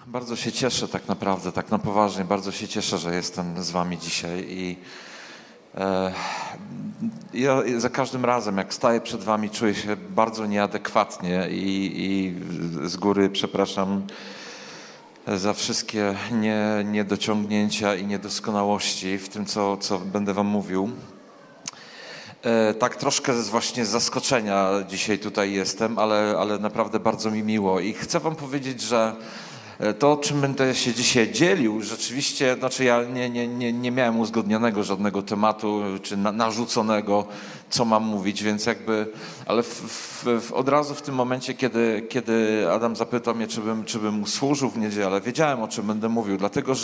Bardzo się cieszę tak naprawdę, tak na poważnie, bardzo się cieszę, że jestem z wami dzisiaj i ja za każdym razem, jak staję przed wami, czuję się bardzo nieadekwatnie i z góry przepraszam za wszystkie niedociągnięcia i niedoskonałości w tym, co będę wam mówił. Tak troszkę właśnie z zaskoczenia dzisiaj tutaj jestem, ale naprawdę bardzo mi miło i chcę wam powiedzieć, że to, czym będę się dzisiaj dzielił, rzeczywiście, znaczy ja nie miałem uzgodnionego żadnego tematu, czy narzuconego, co mam mówić, więc jakby, ale od razu w tym momencie, kiedy Adam zapytał mnie, czy bym mu służył w niedzielę, wiedziałem, o czym będę mówił, dlatego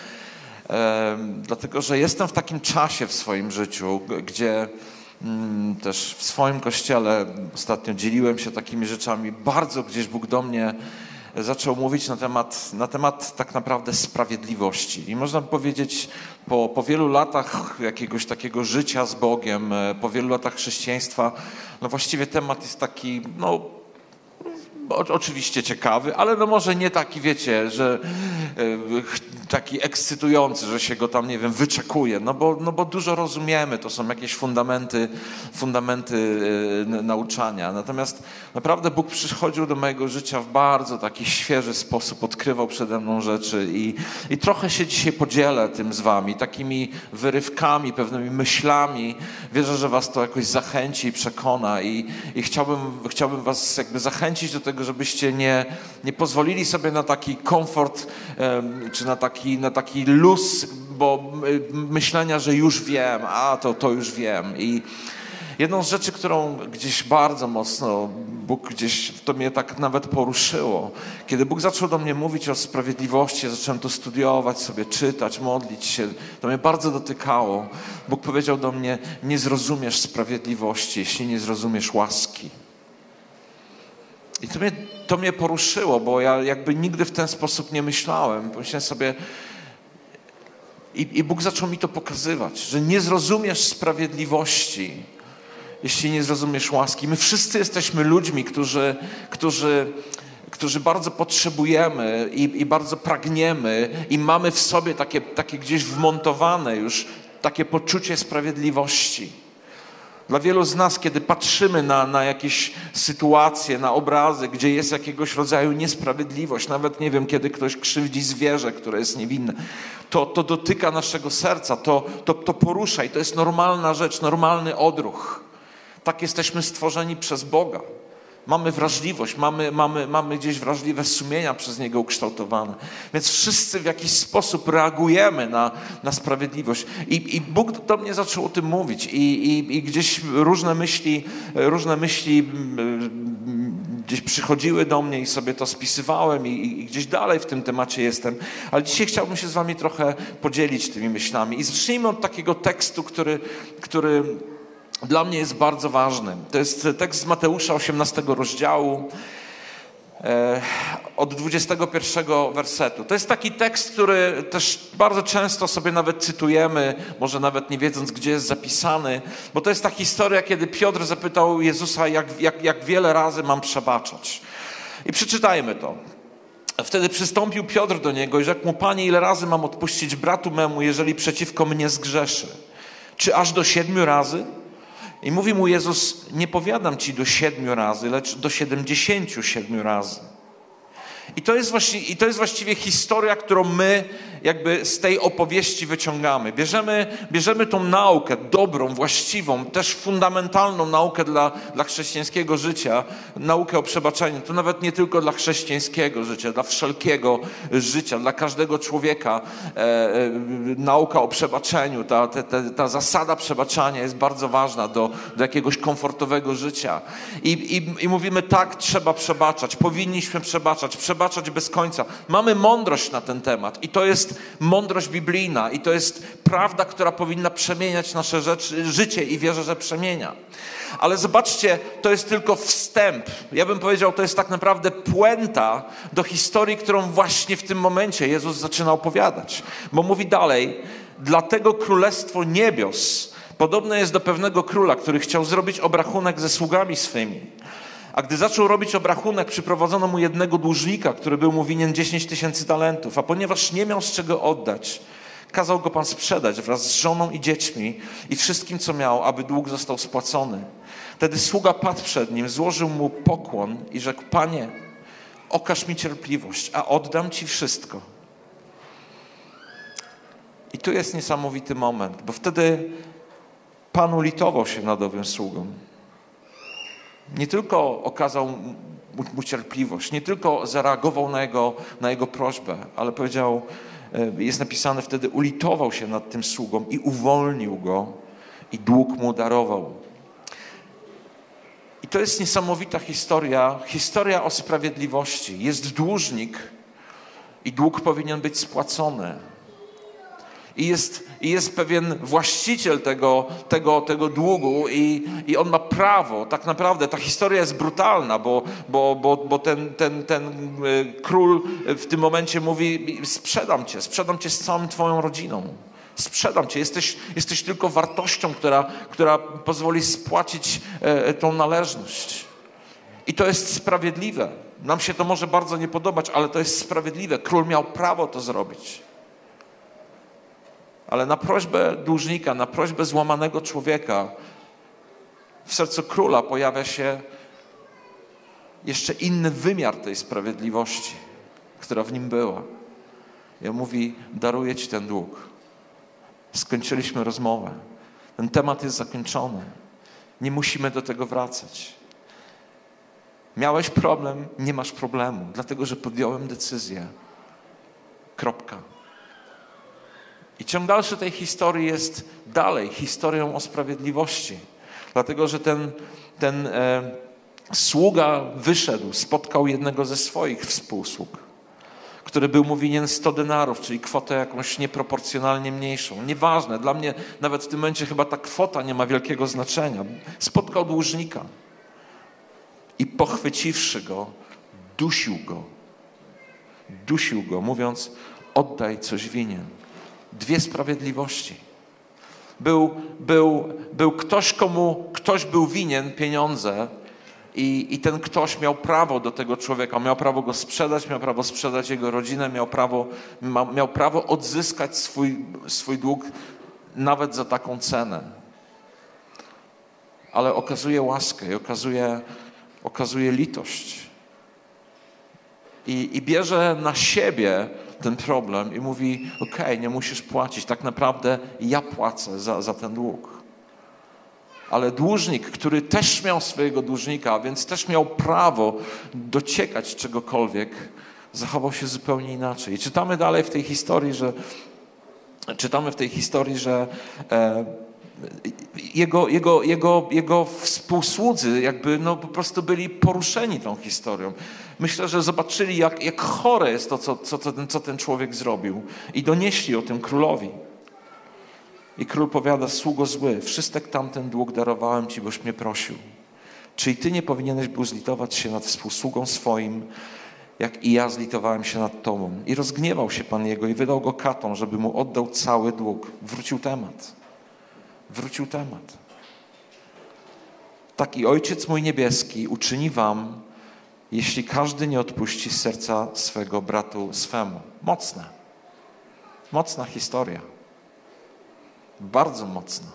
że jestem w takim czasie w swoim życiu, gdzie też w swoim kościele ostatnio dzieliłem się takimi rzeczami, bardzo gdzieś Bóg do mnie zaczął mówić na temat tak naprawdę sprawiedliwości. I można powiedzieć, po wielu latach jakiegoś takiego życia z Bogiem, po wielu latach chrześcijaństwa, no właściwie temat jest taki, no oczywiście ciekawy, ale no może nie taki, wiecie, że taki ekscytujący, że się go tam, nie wiem, wyczekuje, no bo dużo rozumiemy, to są jakieś fundamenty nauczania. Natomiast naprawdę Bóg przychodził do mojego życia w bardzo taki świeży sposób, odkrywał przede mną rzeczy i trochę się dzisiaj podzielę tym z wami, takimi wyrywkami, pewnymi myślami. Wierzę, że was to jakoś zachęci i przekona i chciałbym was jakby zachęcić do tego, żebyście nie pozwolili sobie na taki komfort, czy na taki luz, bo myślenia, że już wiem, to już wiem. I jedną z rzeczy, którą gdzieś bardzo mocno Bóg gdzieś, to mnie tak nawet poruszyło. Kiedy Bóg zaczął do mnie mówić o sprawiedliwości, zacząłem to studiować sobie, czytać, modlić się, to mnie bardzo dotykało. Bóg powiedział do mnie, nie zrozumiesz sprawiedliwości, jeśli nie zrozumiesz łaski. I to mnie poruszyło, bo ja jakby nigdy w ten sposób nie myślałem. Pomyślałem sobie, i Bóg zaczął mi to pokazywać, że nie zrozumiesz sprawiedliwości, jeśli nie zrozumiesz łaski. My wszyscy jesteśmy ludźmi, którzy bardzo potrzebujemy i bardzo pragniemy i mamy w sobie takie gdzieś wmontowane już takie poczucie sprawiedliwości. Dla wielu z nas, kiedy patrzymy na jakieś sytuacje, na obrazy, gdzie jest jakiegoś rodzaju niesprawiedliwość, nawet nie wiem, kiedy ktoś krzywdzi zwierzę, które jest niewinne, to dotyka naszego serca, to porusza i to jest normalna rzecz, normalny odruch. Tak jesteśmy stworzeni przez Boga. Mamy wrażliwość, mamy gdzieś wrażliwe sumienia przez Niego ukształtowane. Więc wszyscy w jakiś sposób reagujemy na sprawiedliwość. I Bóg do mnie zaczął o tym mówić. I gdzieś różne myśli gdzieś przychodziły do mnie i sobie to spisywałem i gdzieś dalej w tym temacie jestem. Ale dzisiaj chciałbym się z wami trochę podzielić tymi myślami. I zacznijmy od takiego tekstu, który dla mnie jest bardzo ważny. To jest tekst z Mateusza 18 rozdziału od 21 wersetu. To jest taki tekst, który też bardzo często sobie nawet cytujemy, może nawet nie wiedząc, gdzie jest zapisany, bo to jest ta historia, kiedy Piotr zapytał Jezusa, jak wiele razy mam przebaczać. I przeczytajmy to. Wtedy przystąpił Piotr do niego i rzekł mu, Panie, ile razy mam odpuścić bratu memu, jeżeli przeciwko mnie zgrzeszy? Czy aż do 7 razy? I mówi mu Jezus, nie powiadam ci do 7 razy, lecz do 77 razy. I to jest właściwie historia, którą my jakby z tej opowieści wyciągamy. Bierzemy tą naukę dobrą, właściwą, też fundamentalną naukę dla chrześcijańskiego życia, naukę o przebaczeniu. To nawet nie tylko dla chrześcijańskiego życia, dla wszelkiego życia, dla każdego człowieka. Nauka o przebaczeniu, ta zasada przebaczania jest bardzo ważna do jakiegoś komfortowego życia. I mówimy tak, trzeba przebaczać, powinniśmy przebaczać bez końca. Mamy mądrość na ten temat i to jest mądrość biblijna i to jest prawda, która powinna przemieniać nasze życie i wierzę, że przemienia. Ale zobaczcie, to jest tylko wstęp. Ja bym powiedział, to jest tak naprawdę puenta do historii, którą właśnie w tym momencie Jezus zaczyna opowiadać. Bo mówi dalej, dlatego Królestwo Niebios podobne jest do pewnego króla, który chciał zrobić obrachunek ze sługami swymi. A gdy zaczął robić obrachunek, przyprowadzono mu jednego dłużnika, który był mu winien 10 000 talentów, a ponieważ nie miał z czego oddać, kazał go Pan sprzedać wraz z żoną i dziećmi i wszystkim, co miał, aby dług został spłacony. Wtedy sługa padł przed nim, złożył mu pokłon i rzekł: Panie, okaż mi cierpliwość, a oddam Ci wszystko. I tu jest niesamowity moment, bo wtedy Pan ulitował się nad owym sługą. Nie tylko okazał mu cierpliwość, nie tylko zareagował na jego prośbę, ale powiedział, jest napisane wtedy, ulitował się nad tym sługą i uwolnił go i dług mu darował. I to jest niesamowita historia o sprawiedliwości. Jest dłużnik i dług powinien być spłacony. I jest pewien właściciel tego długu i on ma prawo. Tak naprawdę ta historia jest brutalna, bo ten król w tym momencie mówi: sprzedam cię z całą twoją rodziną. Sprzedam cię, jesteś tylko wartością, która pozwoli spłacić tą należność. I to jest sprawiedliwe. Nam się to może bardzo nie podobać, ale to jest sprawiedliwe. Król miał prawo to zrobić. Ale na prośbę dłużnika, na prośbę złamanego człowieka w sercu króla pojawia się jeszcze inny wymiar tej sprawiedliwości, która w nim była. I on mówi: daruję Ci ten dług. Skończyliśmy rozmowę. Ten temat jest zakończony. Nie musimy do tego wracać. Miałeś problem, nie masz problemu, dlatego że podjąłem decyzję. Kropka. I ciąg dalszy tej historii jest dalej historią o sprawiedliwości. Dlatego, że ten sługa wyszedł, spotkał jednego ze swoich współsług, który był mu winien 100 denarów, czyli kwotę jakąś nieproporcjonalnie mniejszą. Nieważne, dla mnie nawet w tym momencie chyba ta kwota nie ma wielkiego znaczenia. Spotkał dłużnika i pochwyciwszy go, dusił go, mówiąc: oddaj, coś winien. Dwie sprawiedliwości. Był ktoś, komu ktoś był winien pieniądze i ten ktoś miał prawo do tego człowieka. Miał prawo go sprzedać, miał prawo sprzedać jego rodzinę, miał prawo odzyskać swój dług nawet za taką cenę. Ale okazuje łaskę i okazuje litość. I bierze na siebie ten problem i mówi: okej, nie musisz płacić, tak naprawdę ja płacę za ten dług. Ale dłużnik, który też miał swojego dłużnika, a więc też miał prawo dociekać czegokolwiek, zachował się zupełnie inaczej. I czytamy dalej w tej historii, że jego współsłudzy jakby po prostu byli poruszeni tą historią. Myślę, że zobaczyli, jak chore jest to, co ten człowiek zrobił, i donieśli o tym królowi. I król powiada: sługo zły, wszystek tamten dług darowałem Ci, boś mnie prosił. Czy i Ty nie powinieneś był zlitować się nad współsługą swoim, jak i ja zlitowałem się nad Tobą? I rozgniewał się Pan jego i wydał go katom, żeby mu oddał cały dług. Wrócił temat. Tak i Ojciec mój niebieski uczyni wam, jeśli każdy nie odpuści z serca swego bratu swemu. Mocna historia. Bardzo mocna.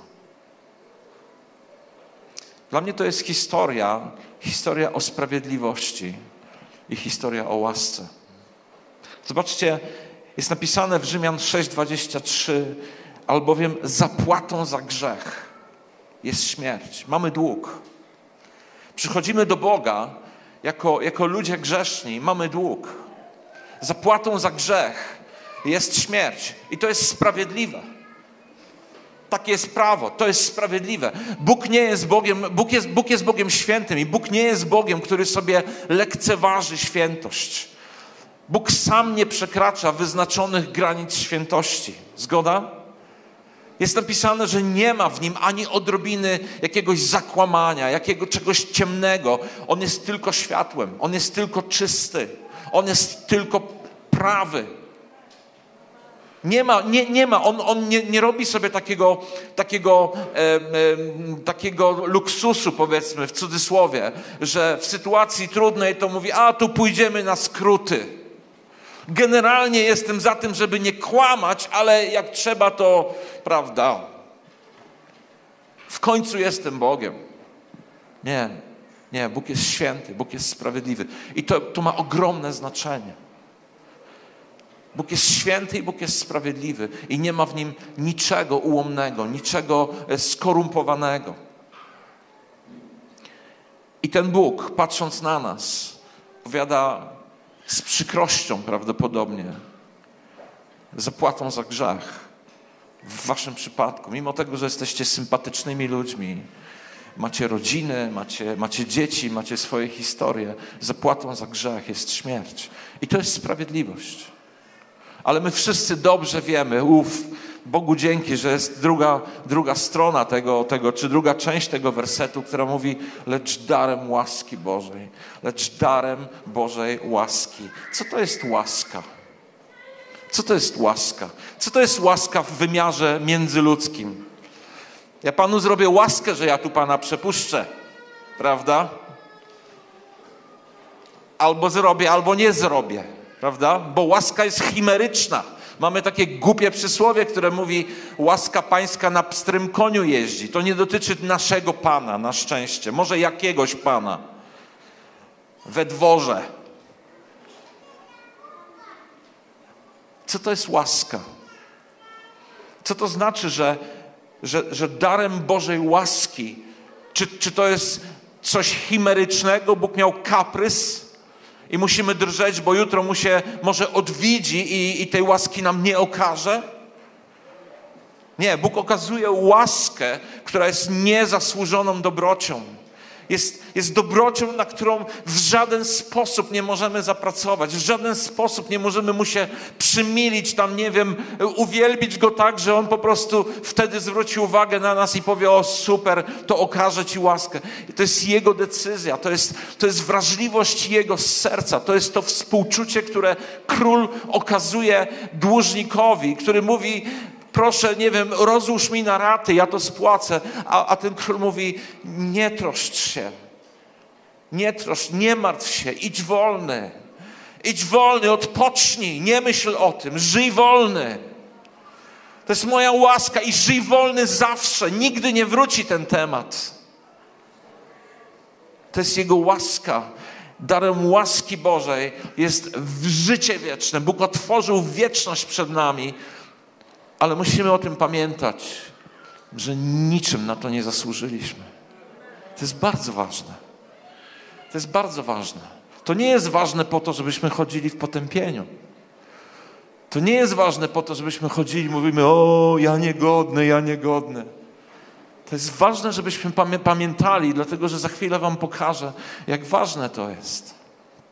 Dla mnie to jest historia o sprawiedliwości i historia o łasce. Zobaczcie, jest napisane w Rzymian 6:23, albowiem zapłatą za grzech jest śmierć. Mamy dług. Przychodzimy do Boga jako ludzie grzeszni, mamy dług. Zapłatą za grzech jest śmierć. I to jest sprawiedliwe. Takie jest prawo, to jest sprawiedliwe. Bóg nie jest Bogiem, Bóg jest Bogiem świętym i Bóg nie jest Bogiem, który sobie lekceważy świętość. Bóg sam nie przekracza wyznaczonych granic świętości. Zgoda? Jest napisane, że nie ma w nim ani odrobiny jakiegoś zakłamania, czegoś ciemnego. On jest tylko światłem, on jest tylko czysty, on jest tylko prawy. Nie ma. On nie robi sobie takiego luksusu, powiedzmy, w cudzysłowie, że w sytuacji trudnej to mówi, tu pójdziemy na skróty. Generalnie jestem za tym, żeby nie kłamać, ale jak trzeba, to prawda. W końcu jestem Bogiem. Nie, Bóg jest święty, Bóg jest sprawiedliwy. I to ma ogromne znaczenie. Bóg jest święty i Bóg jest sprawiedliwy. I nie ma w Nim niczego ułomnego, niczego skorumpowanego. I ten Bóg, patrząc na nas, powiada z przykrością prawdopodobnie, zapłatą za grzech. W waszym przypadku, mimo tego, że jesteście sympatycznymi ludźmi, macie rodziny, macie dzieci, macie swoje historie, zapłatą za grzech jest śmierć. I to jest sprawiedliwość. Ale my wszyscy dobrze wiemy, Bogu dzięki, że jest druga strona tego, czy druga część tego wersetu, która mówi, lecz darem łaski Bożej. Lecz darem Bożej łaski. Co to jest łaska? Co to jest łaska? Co to jest łaska w wymiarze międzyludzkim? Ja Panu zrobię łaskę, że ja tu Pana przepuszczę. Prawda? Albo zrobię, albo nie zrobię. Prawda? Bo łaska jest chimeryczna. Mamy takie głupie przysłowie, które mówi, łaska Pańska na pstrym koniu jeździ. To nie dotyczy naszego Pana, na szczęście. Może jakiegoś Pana. We dworze. Co to jest łaska? Co to znaczy, że darem Bożej łaski, czy to jest coś chimerycznego? Bóg miał kaprys i musimy drżeć, bo jutro mu się może odwiedzi i tej łaski nam nie okaże? Nie, Bóg okazuje łaskę, która jest niezasłużoną dobrocią. Jest dobrocią, na którą w żaden sposób nie możemy zapracować. W żaden sposób nie możemy mu się przymilić, uwielbić go tak, że on po prostu wtedy zwróci uwagę na nas i powie, o super, to okaże ci łaskę. I to jest jego decyzja, to jest wrażliwość jego serca, to jest to współczucie, które król okazuje dłużnikowi, który mówi, proszę, rozłóż mi na raty, ja to spłacę. A ten król mówi, nie troszcz się. Nie martw się, idź wolny. Idź wolny, odpocznij, nie myśl o tym, żyj wolny. To jest moja łaska i żyj wolny zawsze. Nigdy nie wróci ten temat. To jest jego łaska. Darem łaski Bożej jest życie wieczne. Bóg otworzył wieczność przed nami. Ale musimy o tym pamiętać, że niczym na to nie zasłużyliśmy. To jest bardzo ważne. To jest bardzo ważne. To nie jest ważne po to, żebyśmy chodzili w potępieniu. To nie jest ważne po to, żebyśmy chodzili i mówimy, o, ja niegodny. To jest ważne, żebyśmy pamiętali, dlatego że za chwilę wam pokażę, jak ważne to jest.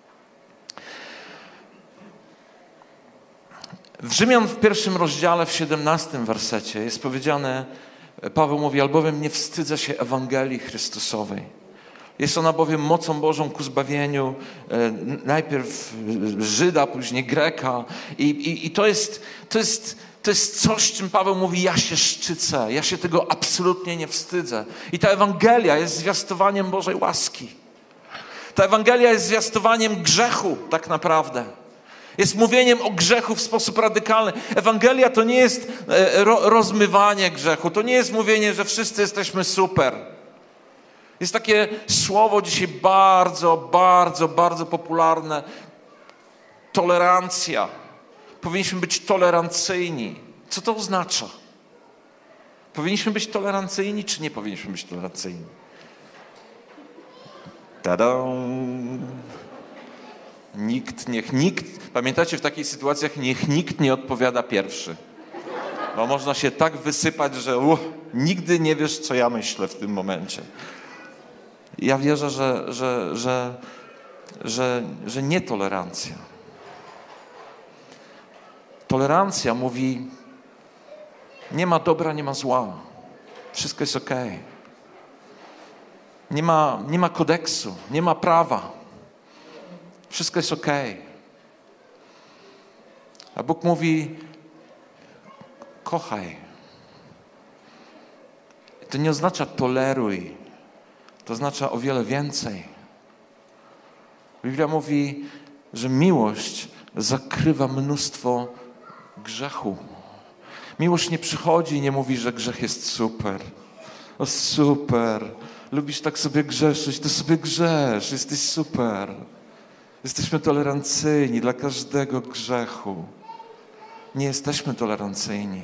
W Rzymian w 1 rozdziale, w 17 wersecie jest powiedziane, Paweł mówi, albowiem nie wstydzę się Ewangelii Chrystusowej. Jest ona bowiem mocą Bożą ku zbawieniu, najpierw Żyda, później Greka. I to jest coś, czym Paweł mówi, ja się szczycę, ja się tego absolutnie nie wstydzę. I ta Ewangelia jest zwiastowaniem Bożej łaski. Ta Ewangelia jest zwiastowaniem grzechu tak naprawdę. Jest mówieniem o grzechu w sposób radykalny. Ewangelia to nie jest rozmywanie grzechu. To nie jest mówienie, że wszyscy jesteśmy super. Jest takie słowo dzisiaj bardzo popularne. Tolerancja. Powinniśmy być tolerancyjni. Co to oznacza? Powinniśmy być tolerancyjni, czy nie powinniśmy być tolerancyjni? Tadam! Pamiętacie, w takich sytuacjach niech nikt nie odpowiada pierwszy. Bo można się tak wysypać, że nigdy nie wiesz, co ja myślę w tym momencie. Ja wierzę, że nietolerancja. Tolerancja mówi, nie ma dobra, nie ma zła. Wszystko jest okej. Nie ma kodeksu, nie ma prawa. Wszystko jest okej. A Bóg mówi, kochaj. To nie oznacza toleruj. To oznacza o wiele więcej. Biblia mówi, że miłość zakrywa mnóstwo grzechu. Miłość nie przychodzi i nie mówi, że grzech jest super. O super, lubisz tak sobie grzeszyć, to sobie grzesz, jesteś super. Jesteśmy tolerancyjni dla każdego grzechu. Nie jesteśmy tolerancyjni.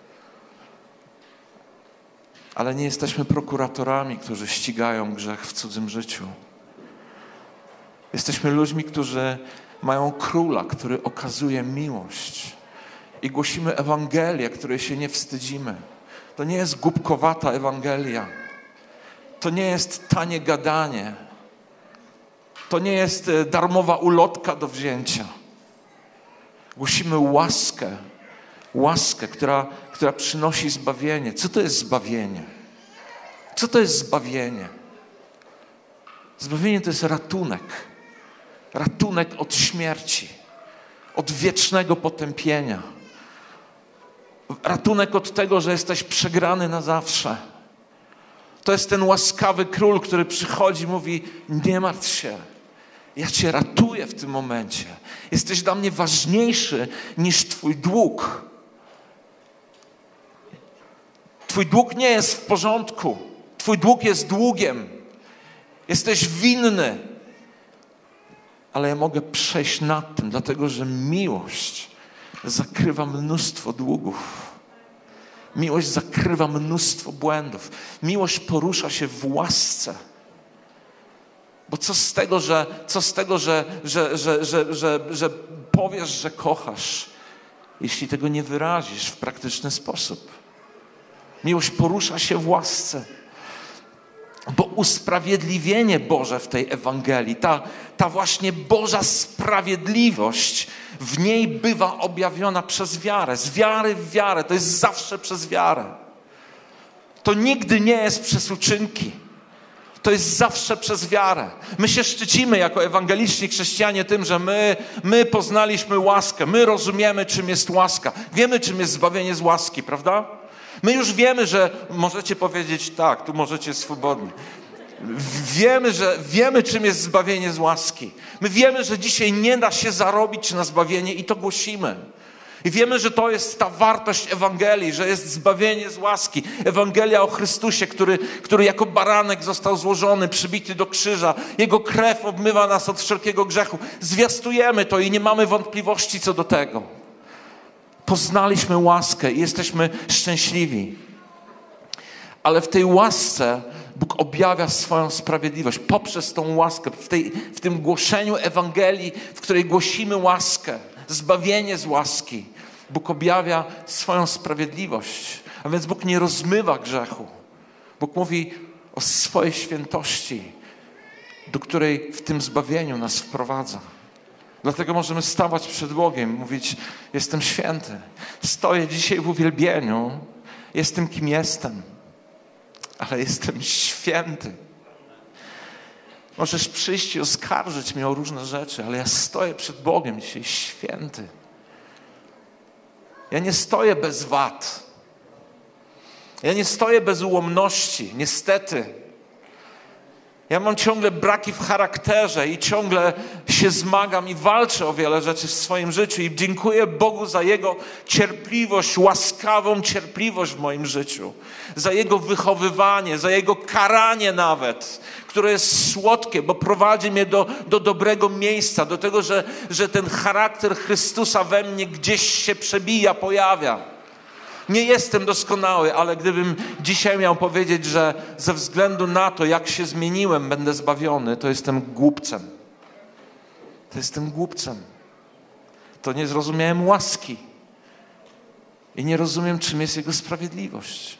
Ale nie jesteśmy prokuratorami, którzy ścigają grzech w cudzym życiu. Jesteśmy ludźmi, którzy mają króla, który okazuje miłość. I głosimy Ewangelię, której się nie wstydzimy. To nie jest głupkowata Ewangelia. To nie jest tanie gadanie. To nie jest darmowa ulotka do wzięcia. Głosimy łaskę. Łaskę, która przynosi zbawienie. Co to jest zbawienie? Co to jest zbawienie? Zbawienie to jest ratunek. Ratunek od śmierci. Od wiecznego potępienia. Ratunek od tego, że jesteś przegrany na zawsze. To jest ten łaskawy król, który przychodzi i mówi: nie martw się, ja cię ratuję w tym momencie. Jesteś dla mnie ważniejszy niż twój dług. Twój dług nie jest w porządku. Twój dług jest długiem. Jesteś winny. Ale ja mogę przejść nad tym, dlatego że miłość zakrywa mnóstwo długów. Miłość zakrywa mnóstwo błędów. Miłość porusza się w łasce. Bo co z tego, że powiesz, że kochasz, jeśli tego nie wyrazisz w praktyczny sposób? Miłość porusza się w łasce. Bo usprawiedliwienie Boże w tej Ewangelii, ta właśnie Boża sprawiedliwość, w niej bywa objawiona przez wiarę. Z wiary w wiarę. To jest zawsze przez wiarę. To nigdy nie jest przez uczynki. To jest zawsze przez wiarę. My się szczycimy jako ewangeliczni chrześcijanie tym, że my poznaliśmy łaskę. My rozumiemy, czym jest łaska. Wiemy, czym jest zbawienie z łaski, prawda? My już wiemy, że możecie powiedzieć tak, tu możecie swobodnie. Wiemy, czym jest zbawienie z łaski. My wiemy, że dzisiaj nie da się zarobić na zbawienie i to głosimy. I wiemy, że to jest ta wartość Ewangelii, że jest zbawienie z łaski. Ewangelia o Chrystusie, który jako baranek został złożony, przybity do krzyża. Jego krew obmywa nas od wszelkiego grzechu. Zwiastujemy to i nie mamy wątpliwości co do tego. Poznaliśmy łaskę i jesteśmy szczęśliwi. Ale w tej łasce Bóg objawia swoją sprawiedliwość. Poprzez tą łaskę, w tym głoszeniu Ewangelii, w której głosimy łaskę, zbawienie z łaski, Bóg objawia swoją sprawiedliwość. A więc Bóg nie rozmywa grzechu. Bóg mówi o swojej świętości, do której w tym zbawieniu nas wprowadza. Dlatego możemy stawać przed Bogiem i mówić: jestem święty. Stoję dzisiaj w uwielbieniu. Jestem kim jestem. Ale jestem święty. Możesz przyjść i oskarżyć mnie o różne rzeczy, ale ja stoję przed Bogiem dzisiaj święty. Ja nie stoję bez wad. Ja nie stoję bez ułomności, niestety. Ja mam ciągle braki w charakterze i ciągle się zmagam i walczę o wiele rzeczy w swoim życiu i dziękuję Bogu za Jego cierpliwość, łaskawą cierpliwość w moim życiu, za Jego wychowywanie, za Jego karanie nawet, które jest słodkie, bo prowadzi mnie do dobrego miejsca, do tego, że ten charakter Chrystusa we mnie gdzieś się przebija, pojawia. Nie jestem doskonały, ale gdybym dzisiaj miał powiedzieć, że ze względu na to, jak się zmieniłem, będę zbawiony, to jestem głupcem. To jestem głupcem. To nie zrozumiałem łaski. I nie rozumiem, czym jest Jego sprawiedliwość.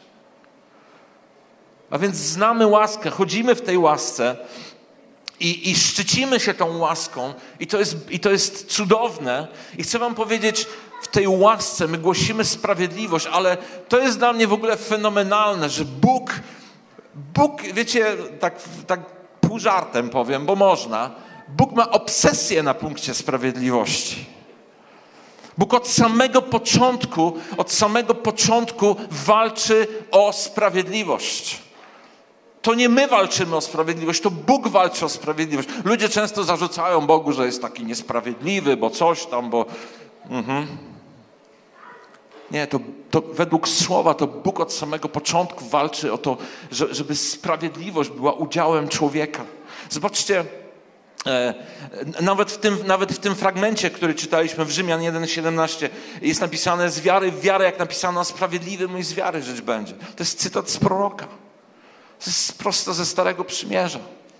A więc znamy łaskę, chodzimy w tej łasce i szczycimy się tą łaską i to jest cudowne. I chcę wam powiedzieć, w tej łasce my głosimy sprawiedliwość, ale to jest dla mnie w ogóle fenomenalne, że Bóg, wiecie, tak pół żartem powiem, bo można, Bóg ma obsesję na punkcie sprawiedliwości. Bóg od samego początku walczy o sprawiedliwość. To nie my walczymy o sprawiedliwość, to Bóg walczy o sprawiedliwość. Ludzie często zarzucają Bogu, że jest taki niesprawiedliwy, bo coś tam, bo... Nie, to według Słowa to Bóg od samego początku walczy o to, żeby sprawiedliwość była udziałem człowieka. Zobaczcie, nawet w tym fragmencie, który czytaliśmy w Rzymian 1:17, jest napisane z wiary w wiarę, jak napisano, sprawiedliwy mój z wiary żyć będzie. To jest cytat z proroka. To jest prosto ze Starego Przymierza.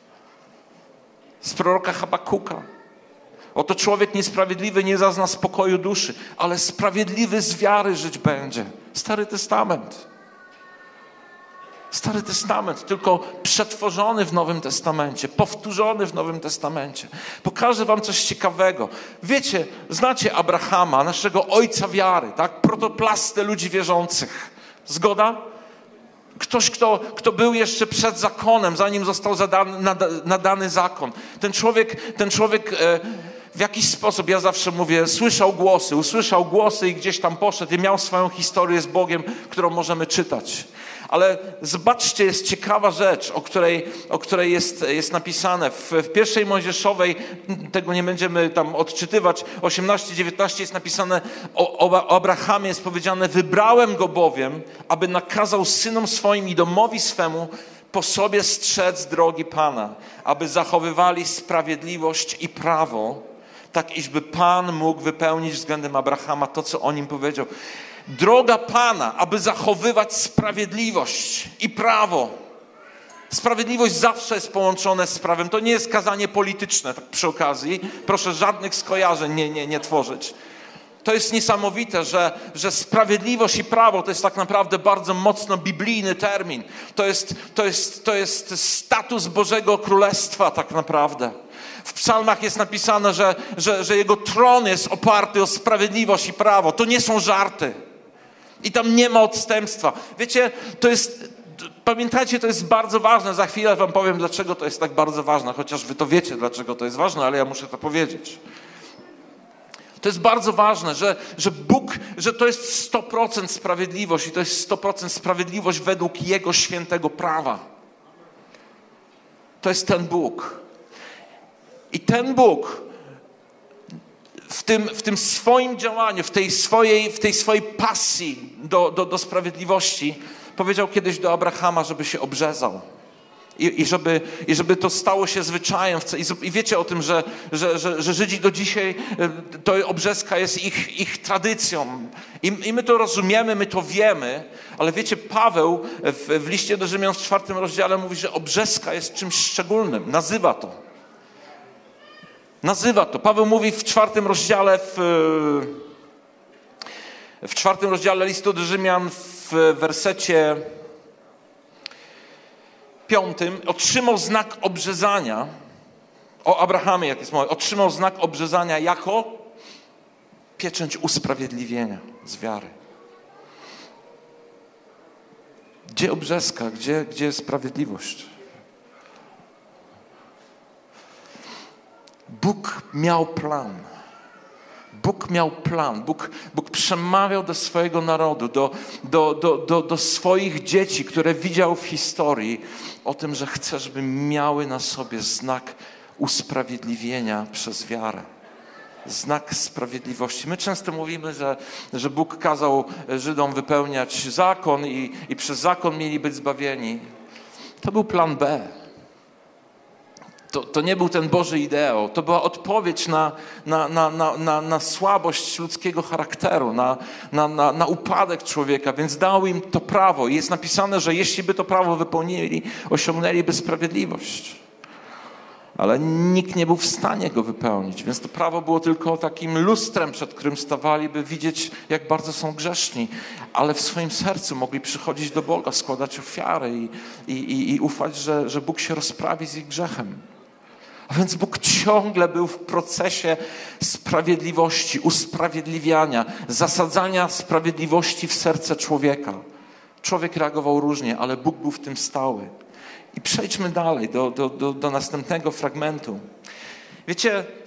Z proroka Habakuka. Oto człowiek niesprawiedliwy nie zazna spokoju duszy, ale sprawiedliwy z wiary żyć będzie. Stary Testament. Stary Testament, tylko przetworzony w Nowym Testamencie, powtórzony w Nowym Testamencie. Pokażę wam coś ciekawego. Wiecie, znacie Abrahama, naszego ojca wiary, tak? Protoplastę ludzi wierzących. Zgoda? Ktoś, kto był jeszcze przed zakonem, zanim został nadany zakon. Ten człowiek w jakiś sposób, ja zawsze mówię, usłyszał głosy i gdzieś tam poszedł i miał swoją historię z Bogiem, którą możemy czytać. Ale zobaczcie, jest ciekawa rzecz, o której jest napisane. W pierwszej Mojżeszowej, tego nie będziemy tam odczytywać, 18-19 jest napisane, o Abrahamie jest powiedziane, wybrałem go bowiem, aby nakazał synom swoim i domowi swemu po sobie strzec drogi Pana, aby zachowywali sprawiedliwość i prawo, tak iżby Pan mógł wypełnić względem Abrahama to, co o nim powiedział. Droga Pana, aby zachowywać sprawiedliwość i prawo. Sprawiedliwość zawsze jest połączone z prawem. To nie jest kazanie polityczne, tak przy okazji. Proszę żadnych skojarzeń nie tworzyć. To jest niesamowite, że sprawiedliwość i prawo to jest tak naprawdę bardzo mocno biblijny termin. To jest status Bożego Królestwa tak naprawdę. W psalmach jest napisane, że Jego tron jest oparty o sprawiedliwość i prawo. To nie są żarty. I tam nie ma odstępstwa. Wiecie, pamiętajcie, to jest bardzo ważne. Za chwilę wam powiem, dlaczego to jest tak bardzo ważne. Chociaż wy to wiecie, dlaczego to jest ważne, ale ja muszę to powiedzieć. To jest bardzo ważne, że Bóg, że to jest 100% sprawiedliwość i to jest 100% sprawiedliwość według Jego świętego prawa. To jest ten Bóg. I ten Bóg w tym swoim działaniu, w tej swojej pasji do sprawiedliwości powiedział kiedyś do Abrahama, żeby się obrzezał. I żeby to stało się zwyczajem. I wiecie o tym, że Żydzi do dzisiaj, to obrzeska jest ich tradycją. I my to rozumiemy, my to wiemy, ale wiecie, Paweł w liście do Rzymian w 4 rozdziale mówi, że obrzeska jest czymś szczególnym. Nazywa to. Paweł mówi w 4 rozdziale w 4 rozdziale listu do Rzymian w wersecie 5 otrzymał znak obrzezania, o Abrahamie jak jest mowa, otrzymał znak obrzezania jako pieczęć usprawiedliwienia z wiary. Gdzie obrzeska? Gdzie jest sprawiedliwość? Bóg miał plan. Bóg przemawiał do swojego narodu, do swoich dzieci, które widział w historii, o tym, że chce, żeby miały na sobie znak usprawiedliwienia przez wiarę. Znak sprawiedliwości. My często mówimy, że Bóg kazał Żydom wypełniać zakon i przez zakon mieli być zbawieni. To był plan B. To nie był ten Boży ideał. To była odpowiedź na słabość ludzkiego charakteru, na upadek człowieka, więc dał im to prawo. I jest napisane, że jeśli by to prawo wypełnili, osiągnęliby sprawiedliwość. Ale nikt nie był w stanie go wypełnić, więc to prawo było tylko takim lustrem, przed którym stawali, by widzieć, jak bardzo są grzeszni. Ale w swoim sercu mogli przychodzić do Boga, składać ofiary i ufać, że Bóg się rozprawi z ich grzechem. A więc Bóg ciągle był w procesie sprawiedliwości, usprawiedliwiania, zasadzania sprawiedliwości w serce człowieka. Człowiek reagował różnie, ale Bóg był w tym stały. I przejdźmy dalej do następnego fragmentu. Wiecie,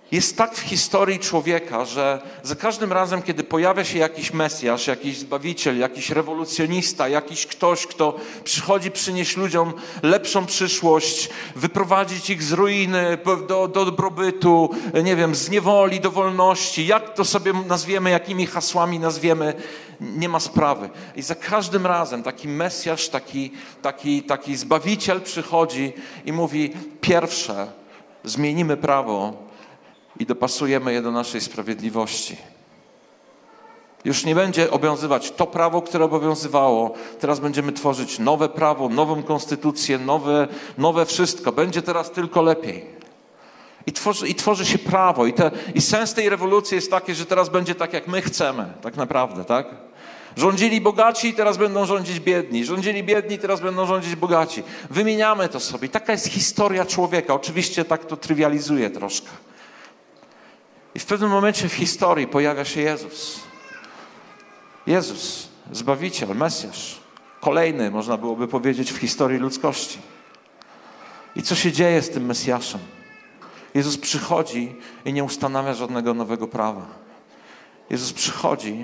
jest tak w historii człowieka, że za każdym razem, kiedy pojawia się jakiś Mesjasz, jakiś Zbawiciel, jakiś rewolucjonista, jakiś ktoś, kto przychodzi przynieść ludziom lepszą przyszłość, wyprowadzić ich z ruiny do dobrobytu, nie wiem, z niewoli do wolności, jak to sobie nazwiemy, jakimi hasłami nazwiemy, nie ma sprawy. I za każdym razem taki Mesjasz, taki Zbawiciel przychodzi i mówi: pierwsze, zmienimy prawo i dopasujemy je do naszej sprawiedliwości. Już nie będzie obowiązywać to prawo, które obowiązywało. Teraz będziemy tworzyć nowe prawo, nową konstytucję, nowe wszystko. Będzie teraz tylko lepiej. I tworzy się prawo. I sens tej rewolucji jest taki, że teraz będzie tak, jak my chcemy. Tak naprawdę, tak? Rządzili bogaci, teraz będą rządzić biedni. Rządzili biedni, teraz będą rządzić bogaci. Wymieniamy to sobie. Taka jest historia człowieka. Oczywiście tak to trywializuje troszkę. I w pewnym momencie w historii pojawia się Jezus. Jezus, Zbawiciel, Mesjasz. Kolejny, można byłoby powiedzieć, w historii ludzkości. I co się dzieje z tym Mesjaszem? Jezus przychodzi i nie ustanawia żadnego nowego prawa. Jezus przychodzi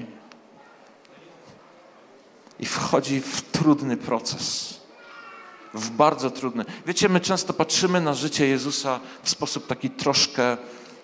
i wchodzi w trudny proces. W bardzo trudny. Wiecie, my często patrzymy na życie Jezusa w sposób taki troszkę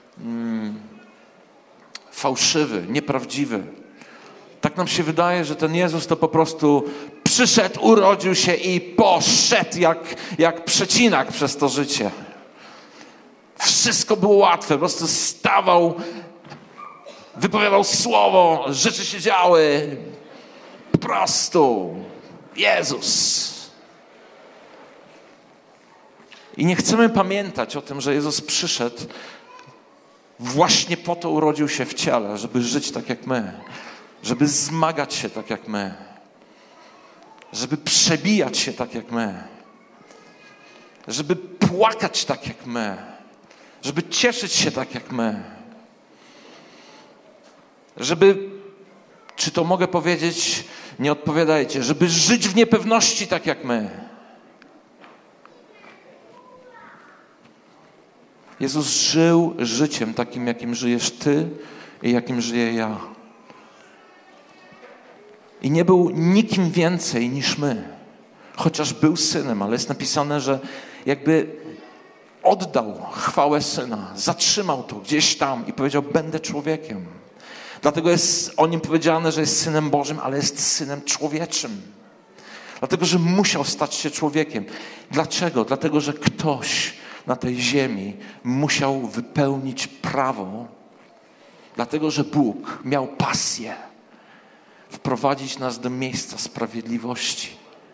fałszywy, nieprawdziwy. Tak nam się wydaje, że ten Jezus to po prostu przyszedł, urodził się i poszedł jak przecinak przez to życie. Wszystko było łatwe, po prostu stawał, wypowiadał słowo, rzeczy się działy. Po prostu Jezus. I nie chcemy pamiętać o tym, że Jezus przyszedł, właśnie po to urodził się w ciele, żeby żyć tak jak my, żeby zmagać się tak jak my, żeby przebijać się tak jak my, żeby płakać tak jak my, żeby cieszyć się tak jak my, żeby, czy to mogę powiedzieć, nie odpowiadajcie, żeby żyć w niepewności tak jak my. Jezus żył życiem takim, jakim żyjesz ty i jakim żyję ja. I nie był nikim więcej niż my. Chociaż był synem, ale jest napisane, że jakby oddał chwałę syna, zatrzymał to gdzieś tam i powiedział: będę człowiekiem. Dlatego jest o nim powiedziane, że jest synem Bożym, ale jest synem człowieczym. Dlatego, że musiał stać się człowiekiem. Dlaczego? Dlatego, że ktoś na tej ziemi musiał wypełnić prawo, dlatego, że Bóg miał pasję wprowadzić nas do miejsca sprawiedliwości.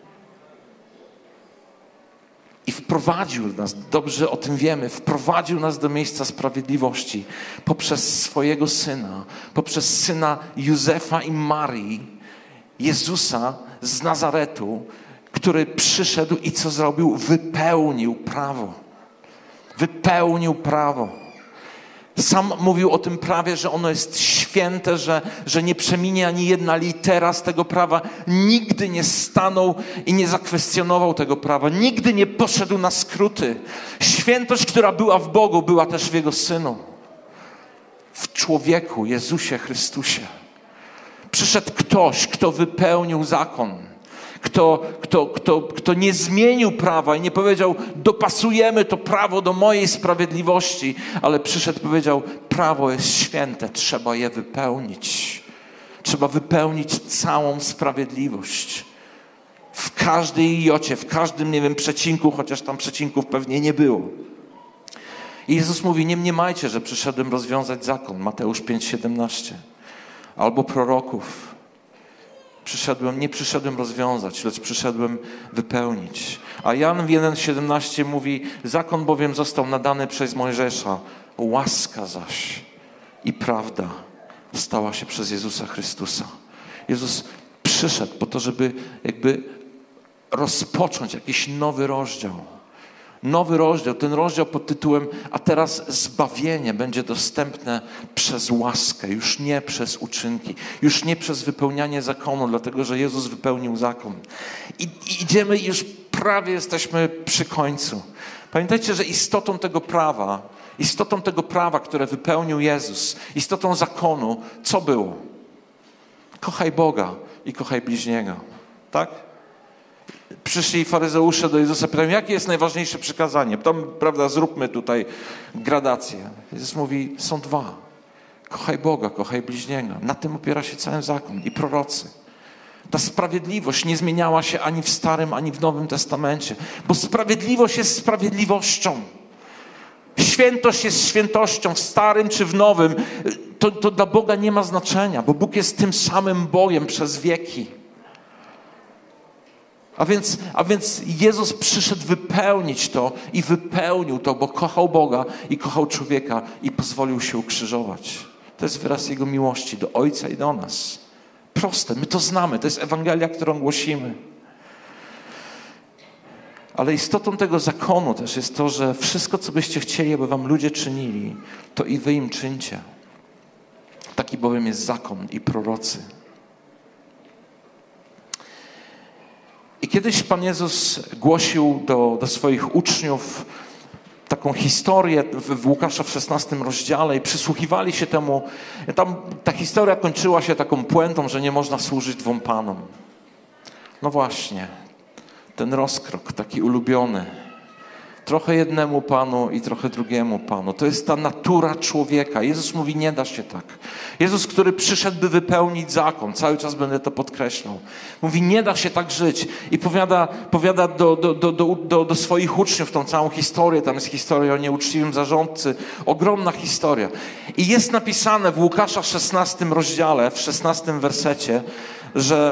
I wprowadził nas, dobrze o tym wiemy, wprowadził nas do miejsca sprawiedliwości poprzez swojego Syna, poprzez Syna Józefa i Marii, Jezusa z Nazaretu, który przyszedł i co zrobił? Wypełnił prawo. Wypełnił prawo. Sam mówił o tym prawie, że ono jest święte, że nie przeminie ani jedna litera z tego prawa. Nigdy nie stanął i nie zakwestionował tego prawa. Nigdy nie poszedł na skróty. Świętość, która była w Bogu, była też w Jego Synu. W człowieku, Jezusie Chrystusie. Przyszedł ktoś, kto wypełnił zakon. Kto nie zmienił prawa i nie powiedział: dopasujemy to prawo do mojej sprawiedliwości, ale przyszedł i powiedział: prawo jest święte, trzeba je wypełnić. Trzeba wypełnić całą sprawiedliwość. W każdej jocie, w każdym, nie wiem, przecinku, chociaż tam przecinków pewnie nie było. I Jezus mówi: nie mniemajcie, że przyszedłem rozwiązać zakon. Mateusz 5:17. Albo proroków. Nie przyszedłem rozwiązać, lecz przyszedłem wypełnić. A Jan w 1:17 mówi: zakon bowiem został nadany przez Mojżesza, łaska zaś i prawda stała się przez Jezusa Chrystusa. Jezus przyszedł po to, żeby jakby rozpocząć jakiś nowy rozdział. Nowy rozdział, ten rozdział pod tytułem: a teraz zbawienie będzie dostępne przez łaskę, już nie przez uczynki, już nie przez wypełnianie zakonu, dlatego że Jezus wypełnił zakon. I idziemy i już prawie jesteśmy przy końcu. Pamiętajcie, że istotą tego prawa Istotą tego prawa, które wypełnił Jezus, istotą zakonu, co było? Kochaj Boga i kochaj bliźniego. Tak? Przyszli faryzeusze do Jezusa, pytają, jakie jest najważniejsze przykazanie? Tam, prawda, zróbmy tutaj gradację. Jezus mówi, są dwa. Kochaj Boga, kochaj bliźniego. Na tym opiera się cały zakon i prorocy. Ta sprawiedliwość nie zmieniała się ani w Starym, ani w Nowym Testamencie, bo sprawiedliwość jest sprawiedliwością. Świętość jest świętością w Starym czy w Nowym. To dla Boga nie ma znaczenia, bo Bóg jest tym samym Bogiem przez wieki. A więc Jezus przyszedł wypełnić to i wypełnił to, bo kochał Boga i kochał człowieka i pozwolił się ukrzyżować. To jest wyraz Jego miłości do Ojca i do nas. Proste, my to znamy, to jest Ewangelia, którą głosimy. Ale istotą tego zakonu też jest to, że wszystko, co byście chcieli, aby wam ludzie czynili, to i wy im czyńcie. Taki bowiem jest zakon i prorocy. I kiedyś Pan Jezus głosił do swoich uczniów taką historię w Łukasza w 16 rozdziale i przysłuchiwali się temu. Tam ta historia kończyła się taką puentą, że nie można służyć dwom panom. No właśnie, ten rozkrok taki ulubiony. Trochę jednemu Panu i trochę drugiemu Panu. To jest ta natura człowieka. Jezus mówi, nie da się tak. Jezus, który przyszedł, by wypełnić zakon. Cały czas będę to podkreślał. Mówi, nie da się tak żyć. I powiada do swoich uczniów tą całą historię. Tam jest historia o nieuczciwym zarządcy. Ogromna historia. I jest napisane w Łukasza 16 rozdziale, w 16 wersecie, że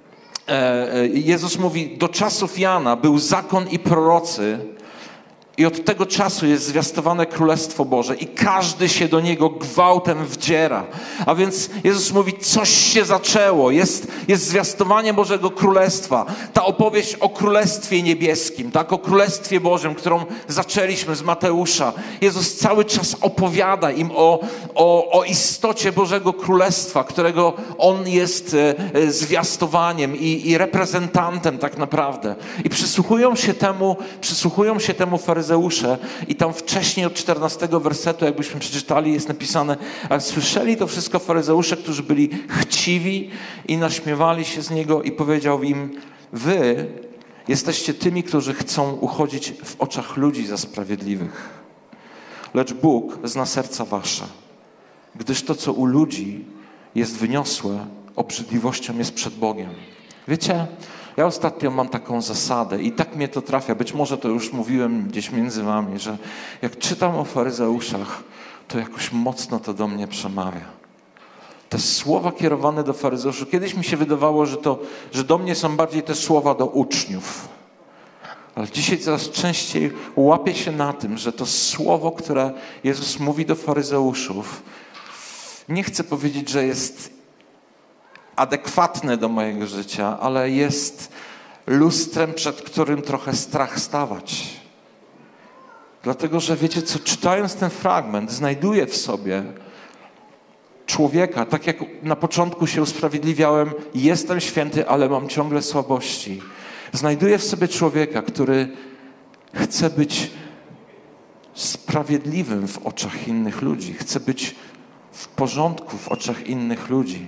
Jezus mówi, do czasów Jana był zakon i prorocy, i od tego czasu jest zwiastowane Królestwo Boże i każdy się do niego gwałtem wdziera. A więc Jezus mówi, coś się zaczęło. Jest zwiastowanie Bożego Królestwa. Ta opowieść o Królestwie Niebieskim, tak, o Królestwie Bożym, którą zaczęliśmy z Mateusza. Jezus cały czas opowiada im o istocie Bożego Królestwa, którego On jest zwiastowaniem i reprezentantem tak naprawdę. I przysłuchują się temu faryzeusze i tam wcześniej od 14 wersetu, jakbyśmy przeczytali, jest napisane, a słyszeli to wszystko faryzeusze, którzy byli chciwi i naśmiewali się z Niego i powiedział im, wy jesteście tymi, którzy chcą uchodzić w oczach ludzi za sprawiedliwych. Lecz Bóg zna serca wasze, gdyż to, co u ludzi jest wyniosłe, obrzydliwością jest przed Bogiem. Wiecie, ja ostatnio mam taką zasadę i tak mnie to trafia, być może to już mówiłem gdzieś między wami, że jak czytam o faryzeuszach, to jakoś mocno to do mnie przemawia. Te słowa kierowane do faryzeuszów, kiedyś mi się wydawało, że do mnie są bardziej te słowa do uczniów. Ale dzisiaj coraz częściej łapię się na tym, że to słowo, które Jezus mówi do faryzeuszów, nie chcę powiedzieć, że jest adekwatne do mojego życia, ale jest lustrem, przed którym trochę strach stawać. Dlatego, że wiecie co, czytając ten fragment, znajduję w sobie człowieka, tak jak na początku się usprawiedliwiałem, jestem święty, ale mam ciągle słabości. Znajduję w sobie człowieka, który chce być sprawiedliwym w oczach innych ludzi, chce być w porządku w oczach innych ludzi.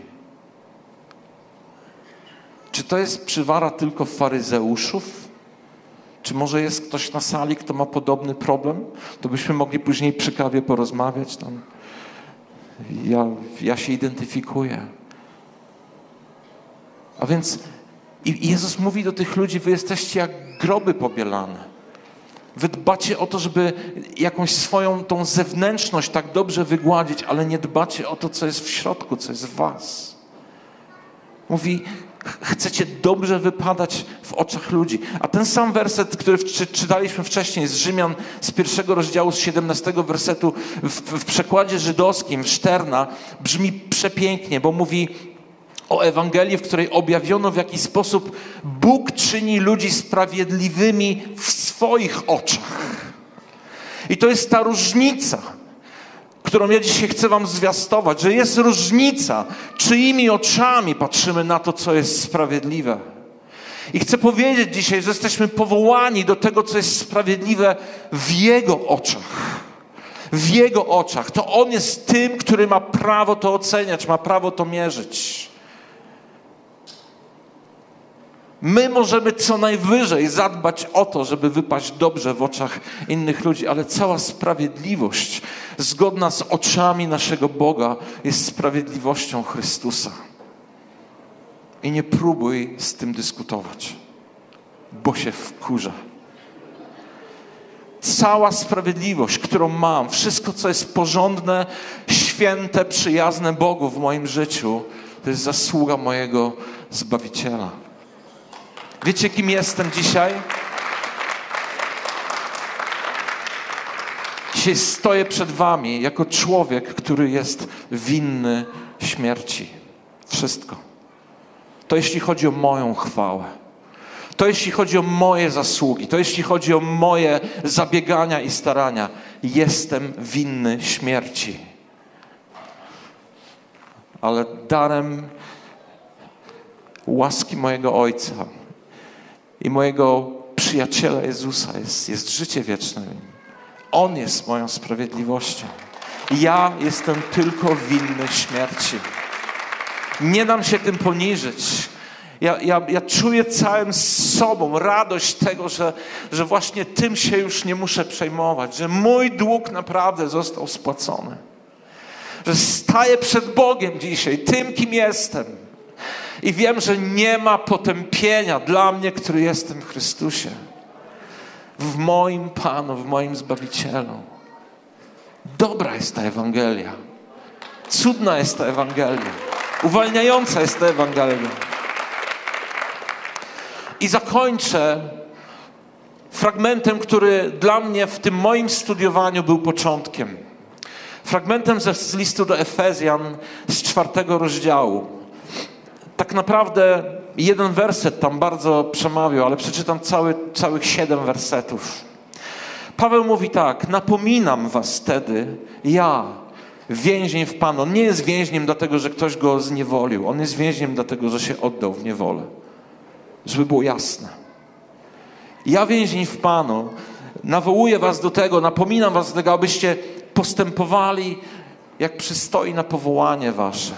Czy to jest przywara tylko faryzeuszów? Czy może jest ktoś na sali, kto ma podobny problem? To byśmy mogli później przy kawie porozmawiać. Tam. Ja się identyfikuję. A więc i Jezus mówi do tych ludzi, wy jesteście jak groby pobielane. Wy dbacie o to, żeby jakąś swoją tą zewnętrzność tak dobrze wygładzić, ale nie dbacie o to, co jest w środku, co jest w was. Mówi, chcecie dobrze wypadać w oczach ludzi. A ten sam werset, który czytaliśmy wcześniej z Rzymian, z 1 rozdziału, z 17 wersetu, w przekładzie żydowskim, w Szterna, brzmi przepięknie, bo mówi o Ewangelii, w której objawiono, w jaki sposób Bóg czyni ludzi sprawiedliwymi w swoich oczach. I to jest ta różnica, którą ja dzisiaj chcę wam zwiastować, że jest różnica, czyimi oczami patrzymy na to, co jest sprawiedliwe. I chcę powiedzieć dzisiaj, że jesteśmy powołani do tego, co jest sprawiedliwe w Jego oczach. W Jego oczach. To On jest tym, który ma prawo to oceniać, ma prawo to mierzyć. My możemy co najwyżej zadbać o to, żeby wypaść dobrze w oczach innych ludzi, ale cała sprawiedliwość zgodna z oczami naszego Boga jest sprawiedliwością Chrystusa. I nie próbuj z tym dyskutować, bo się wkurza. Cała sprawiedliwość, którą mam, wszystko, co jest porządne, święte, przyjazne Bogu w moim życiu, to jest zasługa mojego Zbawiciela. Wiecie, kim jestem dzisiaj? Dzisiaj stoję przed wami jako człowiek, który jest winny śmierci. Wszystko. To jeśli chodzi o moją chwałę. To jeśli chodzi o moje zasługi. To jeśli chodzi o moje zabiegania i starania. Jestem winny śmierci. Ale darem łaski mojego Ojca i mojego przyjaciela Jezusa jest życie wieczne. On jest moją sprawiedliwością. Ja jestem tylko winny śmierci. Nie dam się tym poniżyć. Ja czuję całym sobą radość tego, że właśnie tym się już nie muszę przejmować, że mój dług naprawdę został spłacony. Że staję przed Bogiem dzisiaj, tym, kim jestem. I wiem, że nie ma potępienia dla mnie, który jestem w Chrystusie. W moim Panu, w moim Zbawicielu. Dobra jest ta Ewangelia. Cudna jest ta Ewangelia. Uwalniająca jest ta Ewangelia. I zakończę fragmentem, który dla mnie w tym moim studiowaniu był początkiem. Fragmentem z listu do Efezjan z 4 rozdziału. Tak naprawdę jeden werset tam bardzo przemawiał, ale przeczytam całych 7 wersetów. Paweł mówi tak: napominam was wtedy, ja, więzień w Panu. On nie jest więźniem dlatego, że ktoś go zniewolił. On jest więźniem dlatego, że się oddał w niewolę. Żeby było jasne. Ja, więzień w Panu, nawołuję was do tego, napominam was do tego, abyście postępowali, jak przystoi na powołanie wasze.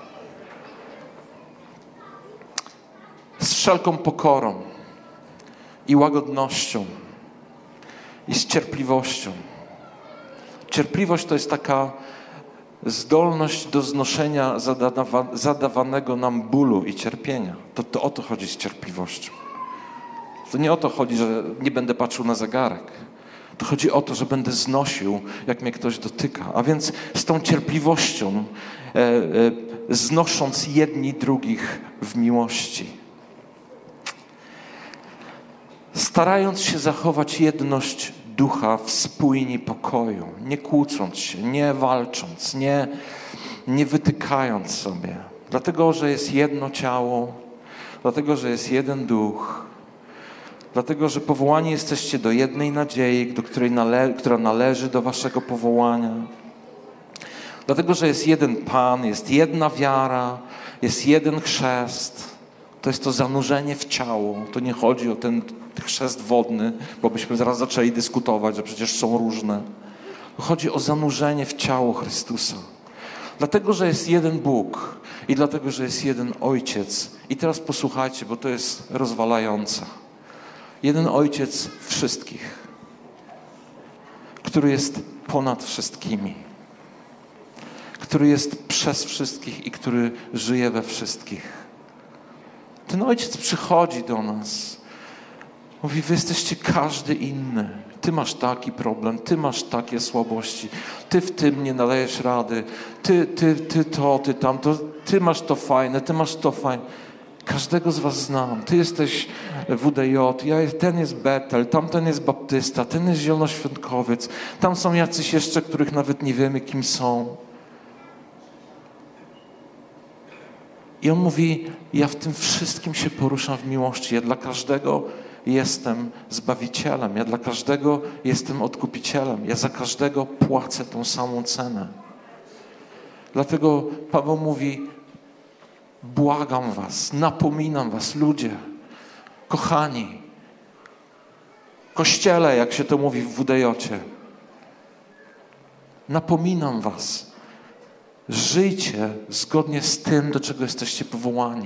Z wszelką pokorą i łagodnością i z cierpliwością. Cierpliwość to jest taka zdolność do znoszenia zadawanego nam bólu i cierpienia. To o to chodzi z cierpliwością. To nie o to chodzi, że nie będę patrzył na zegarek. To chodzi o to, że będę znosił, jak mnie ktoś dotyka. A więc z tą cierpliwością, znosząc jedni drugich w miłości. Starając się zachować jedność ducha w spójni pokoju, nie kłócąc się, nie walcząc, nie wytykając sobie. Dlatego, że jest jedno ciało, dlatego, że jest jeden duch, dlatego, że powołani jesteście do jednej nadziei, która należy do waszego powołania. Dlatego, że jest jeden Pan, jest jedna wiara, jest jeden chrzest. To jest to zanurzenie w ciało. To nie chodzi o ten chrzest wodny, bo byśmy zaraz zaczęli dyskutować, że przecież są różne. Chodzi o zanurzenie w ciało Chrystusa. Dlatego, że jest jeden Bóg i dlatego, że jest jeden Ojciec. I teraz posłuchajcie, bo to jest rozwalające. Jeden Ojciec wszystkich, który jest ponad wszystkimi, który jest przez wszystkich i który żyje we wszystkich. Ten Ojciec przychodzi do nas. Mówi, wy jesteście każdy inny. Ty masz taki problem, ty masz takie słabości, ty w tym nie dajesz rady, ty tamto, ty masz to fajne, ty masz to fajne. Każdego z was znam. Ty jesteś WDJ, ten jest Betel, tamten jest Baptysta, ten jest Zielonoświątkowiec, tam są jacyś jeszcze, których nawet nie wiemy, kim są. I on mówi, ja w tym wszystkim się poruszam w miłości. Ja dla każdego jestem Zbawicielem. Ja dla każdego jestem Odkupicielem. Ja za każdego płacę tą samą cenę. Dlatego Paweł mówi, błagam was, napominam was, ludzie, kochani, Kościele, jak się to mówi w WDJ-cie. napominam was, żyjcie zgodnie z tym, do czego jesteście powołani.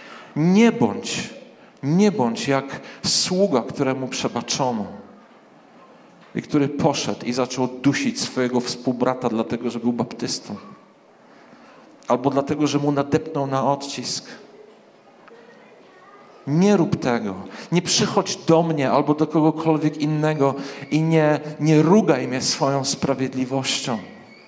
Nie bądź jak sługa, któremu przebaczono i który poszedł i zaczął dusić swojego współbrata dlatego, że był baptystą. Albo dlatego, że mu nadepnął na odcisk. Nie rób tego. Nie przychodź do mnie albo do kogokolwiek innego i nie rugaj mnie swoją sprawiedliwością.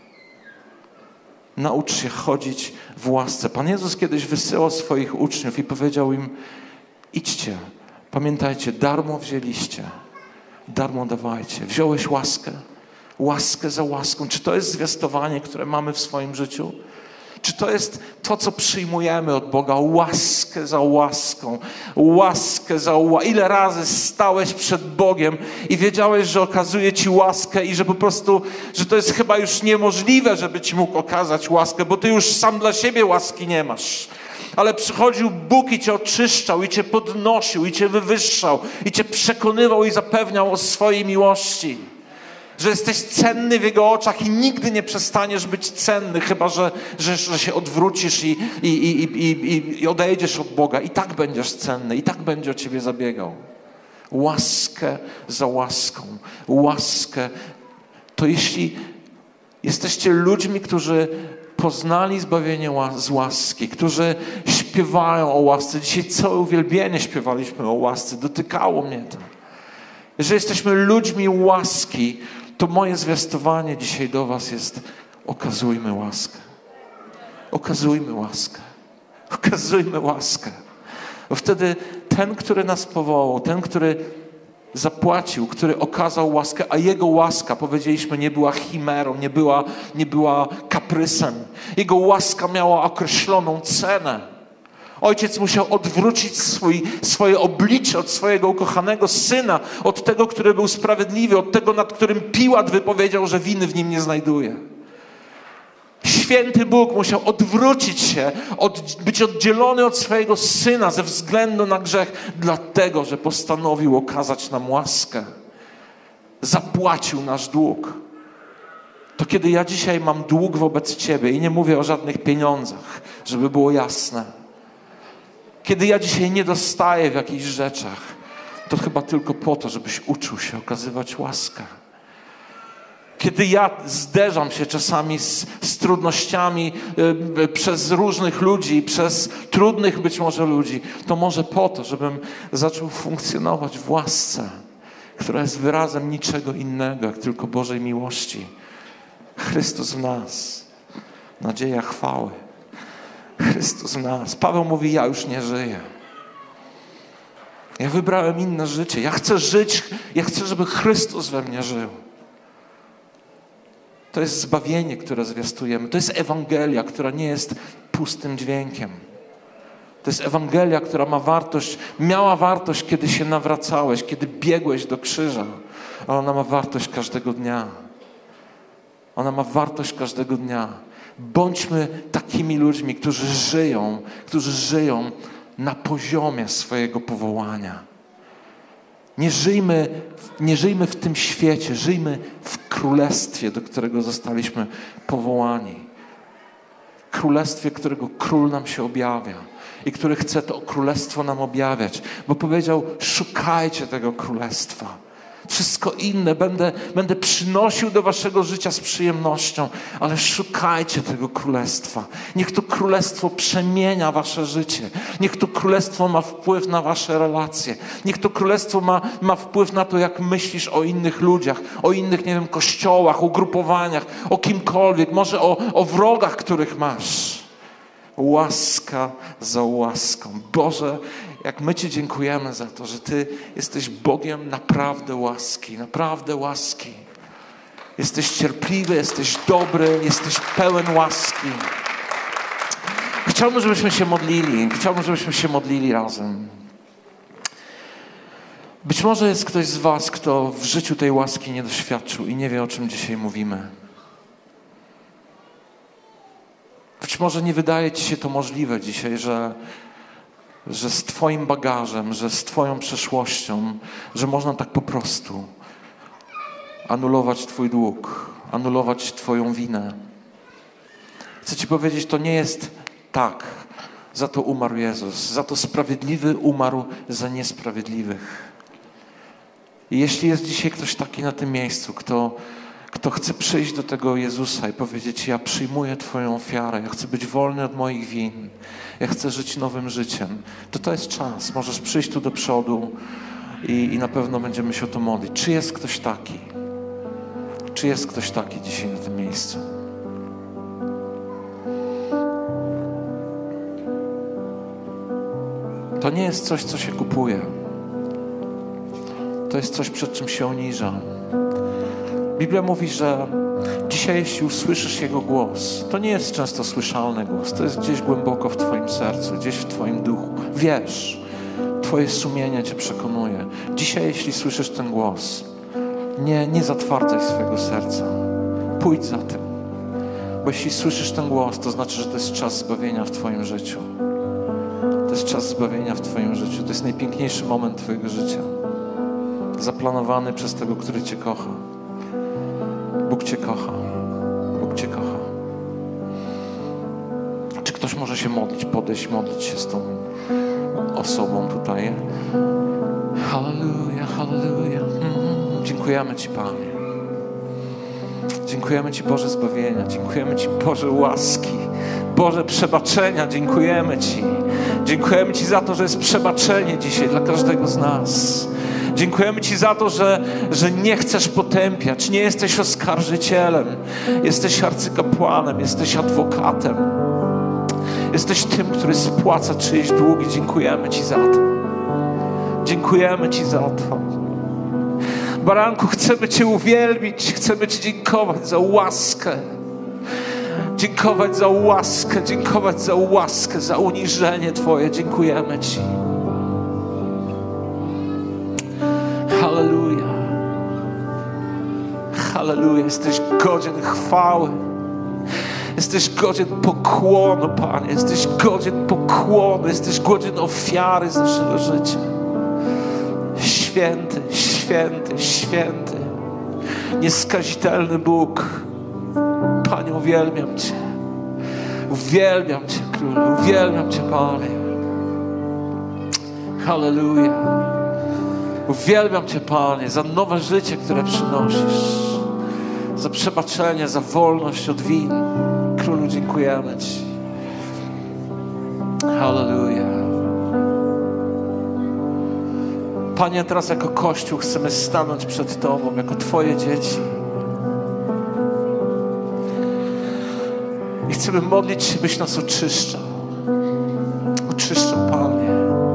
Naucz się chodzić w łasce. Pan Jezus kiedyś wysyłał swoich uczniów i powiedział im: idźcie, pamiętajcie, darmo wzięliście, darmo dawajcie. Wziąłeś łaskę? Łaskę za łaską. Czy to jest zwiastowanie, które mamy w swoim życiu? Czy to jest to, co przyjmujemy od Boga? Łaskę za łaską. Łaskę za łaską. Ile razy stałeś przed Bogiem i wiedziałeś, że okazuje Ci łaskę i że po prostu, że to jest chyba już niemożliwe, żeby Ci mógł okazać łaskę, bo Ty już sam dla siebie łaski nie masz. Ale przychodził Bóg i Cię oczyszczał, i Cię podnosił, i Cię wywyższał, i Cię przekonywał i zapewniał o swojej miłości. Że jesteś cenny w Jego oczach i nigdy nie przestaniesz być cenny, chyba że się odwrócisz i odejdziesz od Boga. I tak będziesz cenny, i tak będzie o Ciebie zabiegał. Łaskę za łaską. Łaskę. To jeśli jesteście ludźmi, którzy poznali zbawienie z łaski, którzy śpiewają o łasce. Dzisiaj całe uwielbienie śpiewaliśmy o łasce. Dotykało mnie to. Jeżeli jesteśmy ludźmi łaski, to moje zwiastowanie dzisiaj do was jest: okazujmy łaskę. Okazujmy łaskę. Okazujmy łaskę. Bo wtedy ten, który nas powołał, ten, który zapłacił, który okazał łaskę, a Jego łaska, powiedzieliśmy, nie była chimerą, nie była kaprysem. Jego łaska miała określoną cenę. Ojciec musiał odwrócić swoje oblicze od swojego ukochanego Syna, od tego, który był sprawiedliwy, od tego, nad którym Piłat wypowiedział, że winy w nim nie znajduje. Święty Bóg musiał odwrócić się, być oddzielony od swojego Syna ze względu na grzech, dlatego, że postanowił okazać nam łaskę. Zapłacił nasz dług. To kiedy ja dzisiaj mam dług wobec Ciebie i nie mówię o żadnych pieniądzach, żeby było jasne. Kiedy ja dzisiaj nie dostaję w jakichś rzeczach, to chyba tylko po to, żebyś uczył się okazywać łaskę. Kiedy ja zderzam się czasami z trudnościami przez różnych ludzi, przez trudnych być może ludzi, to może po to, żebym zaczął funkcjonować w łasce, która jest wyrazem niczego innego, jak tylko Bożej miłości. Chrystus w nas, nadzieja chwały. Chrystus w nas. Paweł mówi: ja już nie żyję. Ja wybrałem inne życie. Ja chcę żyć, ja chcę, żeby Chrystus we mnie żył. To jest zbawienie, które zwiastujemy. To jest Ewangelia, która nie jest pustym dźwiękiem. To jest Ewangelia, która miała wartość, kiedy się nawracałeś, kiedy biegłeś do krzyża. Ale ona ma wartość każdego dnia. Ona ma wartość każdego dnia. Bądźmy takimi ludźmi, którzy żyją na poziomie swojego powołania. Nie żyjmy w tym świecie, żyjmy w królestwie, do którego zostaliśmy powołani. Królestwie, którego Król nam się objawia i który chce to królestwo nam objawiać. Bo powiedział: szukajcie tego królestwa. Wszystko inne będę przynosił do waszego życia z przyjemnością, ale szukajcie tego królestwa. Niech to królestwo przemienia wasze życie. Niech to królestwo ma wpływ na wasze relacje. Niech to królestwo ma wpływ na to, jak myślisz o innych ludziach, o innych, nie wiem, kościołach, ugrupowaniach, o kimkolwiek, może o wrogach, których masz. Łaska za łaską. Boże, jak my Ci dziękujemy za to, że Ty jesteś Bogiem naprawdę łaski, naprawdę łaski. Jesteś cierpliwy, jesteś dobry, jesteś pełen łaski. Chciałbym, żebyśmy się modlili razem. Być może jest ktoś z was, kto w życiu tej łaski nie doświadczył i nie wie, o czym dzisiaj mówimy. Być może nie wydaje ci się to możliwe dzisiaj, że z twoim bagażem, że z twoją przeszłością, że można tak po prostu anulować twój dług, anulować Twoją winę. Chcę Ci powiedzieć, to nie jest tak. Za to umarł Jezus. Za to sprawiedliwy umarł za niesprawiedliwych. I jeśli jest dzisiaj ktoś taki na tym miejscu, kto chce przyjść do tego Jezusa i powiedzieć: ja przyjmuję Twoją ofiarę, ja chcę być wolny od moich win, ja chcę żyć nowym życiem, to jest czas. Możesz przyjść tu do przodu i na pewno będziemy się o to modlić. Czy jest ktoś taki? Czy jest ktoś taki dzisiaj na tym miejscu? To nie jest coś, co się kupuje. To jest coś, przed czym się uniża. Biblia mówi, że dzisiaj, jeśli usłyszysz Jego głos, to nie jest często słyszalny głos, to jest gdzieś głęboko w Twoim sercu, gdzieś w Twoim duchu. Wiesz, Twoje sumienie Cię przekonuje. Dzisiaj, jeśli słyszysz ten głos, nie zatwardzaj swojego serca. Pójdź za tym. Bo jeśli słyszysz ten głos, to znaczy, że to jest czas zbawienia w Twoim życiu. To jest czas zbawienia w Twoim życiu. To jest najpiękniejszy moment Twojego życia. Zaplanowany przez tego, który Cię kocha. Bóg Cię kocha. Bóg Cię kocha. Czy ktoś może się modlić, podejść, modlić się z tą osobą tutaj? Halleluja, halleluja. Dziękujemy Ci, Panie. Dziękujemy Ci, Boże zbawienia. Dziękujemy Ci, Boże łaski. Boże przebaczenia. Dziękujemy Ci. Dziękujemy Ci za to, że jest przebaczenie dzisiaj dla każdego z nas. Dziękujemy Ci za to, że nie chcesz potępiać, nie jesteś oskarżycielem, jesteś arcykapłanem, jesteś adwokatem, jesteś tym, który spłaca czyjeś długi. Dziękujemy Ci za to. Dziękujemy Ci za to. Baranku, chcemy Cię uwielbić, chcemy Ci dziękować za łaskę. Dziękować za łaskę, dziękować za łaskę, za uniżenie Twoje. Dziękujemy Ci. Halleluja. Halleluja. Jesteś godzien chwały. Jesteś godzien pokłonu, Panie. Jesteś godzien pokłonu. Jesteś godzien ofiary z naszego życia. Święty, święty, święty. Nieskazitelny Bóg. Panie, uwielbiam Cię. Uwielbiam Cię, Królu. Uwielbiam Cię, Panie. Halleluja. Uwielbiam Cię, Panie, za nowe życie, które przynosisz. Za przebaczenie, za wolność od win. Królu, dziękujemy Ci. Halleluja. Panie, teraz jako Kościół chcemy stanąć przed Tobą, jako Twoje dzieci. I chcemy modlić się, byś nas oczyszczał. Oczyszczał, Panie.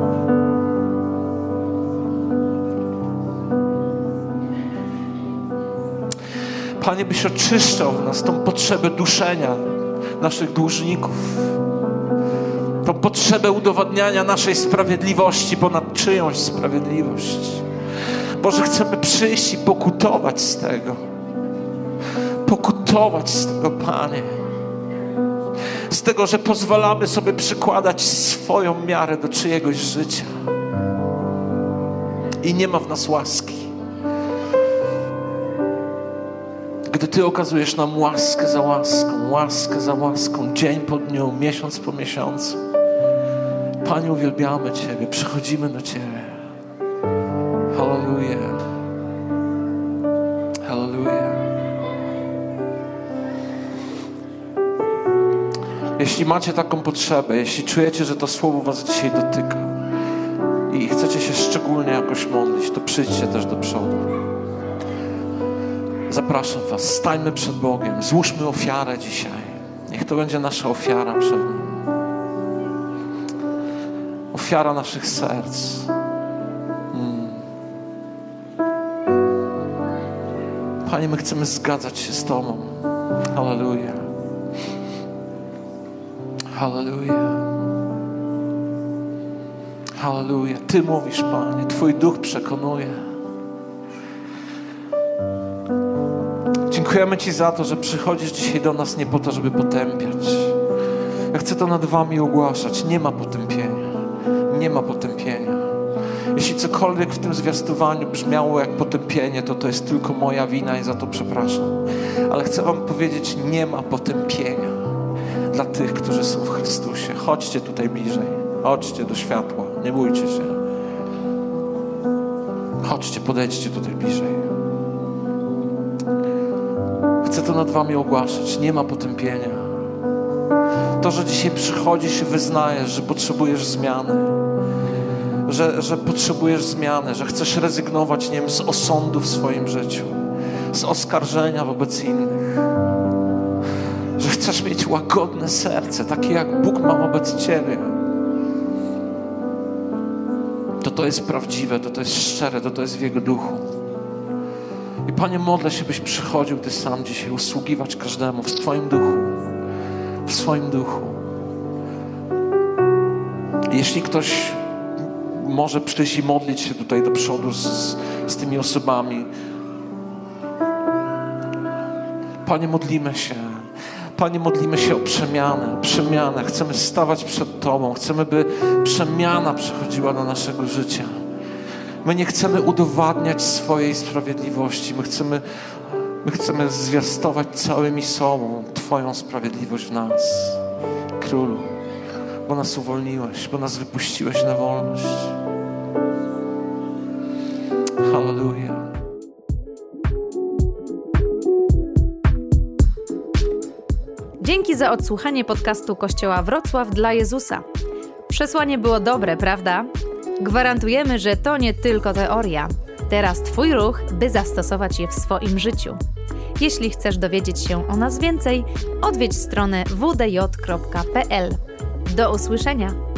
Panie, byś oczyszczał w nas tą potrzebę duszenia naszych dłużników. Tą potrzebę udowadniania naszej sprawiedliwości ponad czyjąś sprawiedliwość. Boże, chcemy przyjść i pokutować z tego. Pokutować z tego, Panie. Z tego, że pozwalamy sobie przykładać swoją miarę do czyjegoś życia. I nie ma w nas łaski. Gdy Ty okazujesz nam łaskę za łaską, dzień po dniu, miesiąc po miesiącu. Panie, uwielbiamy Ciebie, przychodzimy do Ciebie. Halleluja. Halleluja. Jeśli macie taką potrzebę, jeśli czujecie, że to słowo was dzisiaj dotyka i chcecie się szczególnie jakoś modlić, to przyjdźcie też do przodu. Zapraszam was, stańmy przed Bogiem, złóżmy ofiarę dzisiaj. Niech to będzie nasza ofiara przed Nim. Ofiara naszych serc. Panie, my chcemy zgadzać się z Tobą. Halleluja. Halleluja. Halleluja. Ty mówisz, Panie, Twój Duch przekonuje. Dziękujemy Ci za to, że przychodzisz dzisiaj do nas nie po to, żeby potępiać. Ja chcę to nad Wami ogłaszać. Nie ma potępienia. Nie ma potępienia. Jeśli cokolwiek w tym zwiastowaniu brzmiało jak potępienie, to jest tylko moja wina i za to przepraszam. Ale chcę wam powiedzieć, nie ma potępienia dla tych, którzy są w Chrystusie. Chodźcie tutaj bliżej. Chodźcie do światła. Nie bójcie się. Chodźcie, podejdźcie tutaj bliżej. Chcę to nad wami ogłaszać. Nie ma potępienia. To, że dzisiaj przychodzisz i wyznajesz, że potrzebujesz zmiany. Że potrzebujesz zmiany, że chcesz rezygnować, nie wiem, z osądu w swoim życiu, z oskarżenia wobec innych, że chcesz mieć łagodne serce, takie jak Bóg ma wobec ciebie. To jest prawdziwe, to jest szczere, to jest w Jego duchu. I Panie, modlę się, byś przychodził Ty sam dzisiaj usługiwać każdemu w swoim duchu. W swoim duchu. Jeśli ktoś może przyjść i modlić się tutaj do przodu z tymi osobami. Panie, modlimy się. Panie, modlimy się o przemianę. Chcemy stawać przed Tobą. Chcemy, by przemiana przychodziła do naszego życia. My nie chcemy udowadniać swojej sprawiedliwości. My chcemy zwiastować całymi sobą Twoją sprawiedliwość w nas. Królu, bo nas uwolniłeś, bo nas wypuściłeś na wolność. Halleluja. Dzięki za odsłuchanie podcastu Kościoła Wrocław dla Jezusa. Przesłanie było dobre, prawda? Gwarantujemy, że to nie tylko teoria. Teraz Twój ruch, by zastosować je w swoim życiu. Jeśli chcesz dowiedzieć się o nas więcej, odwiedź stronę wdj.pl. Do usłyszenia!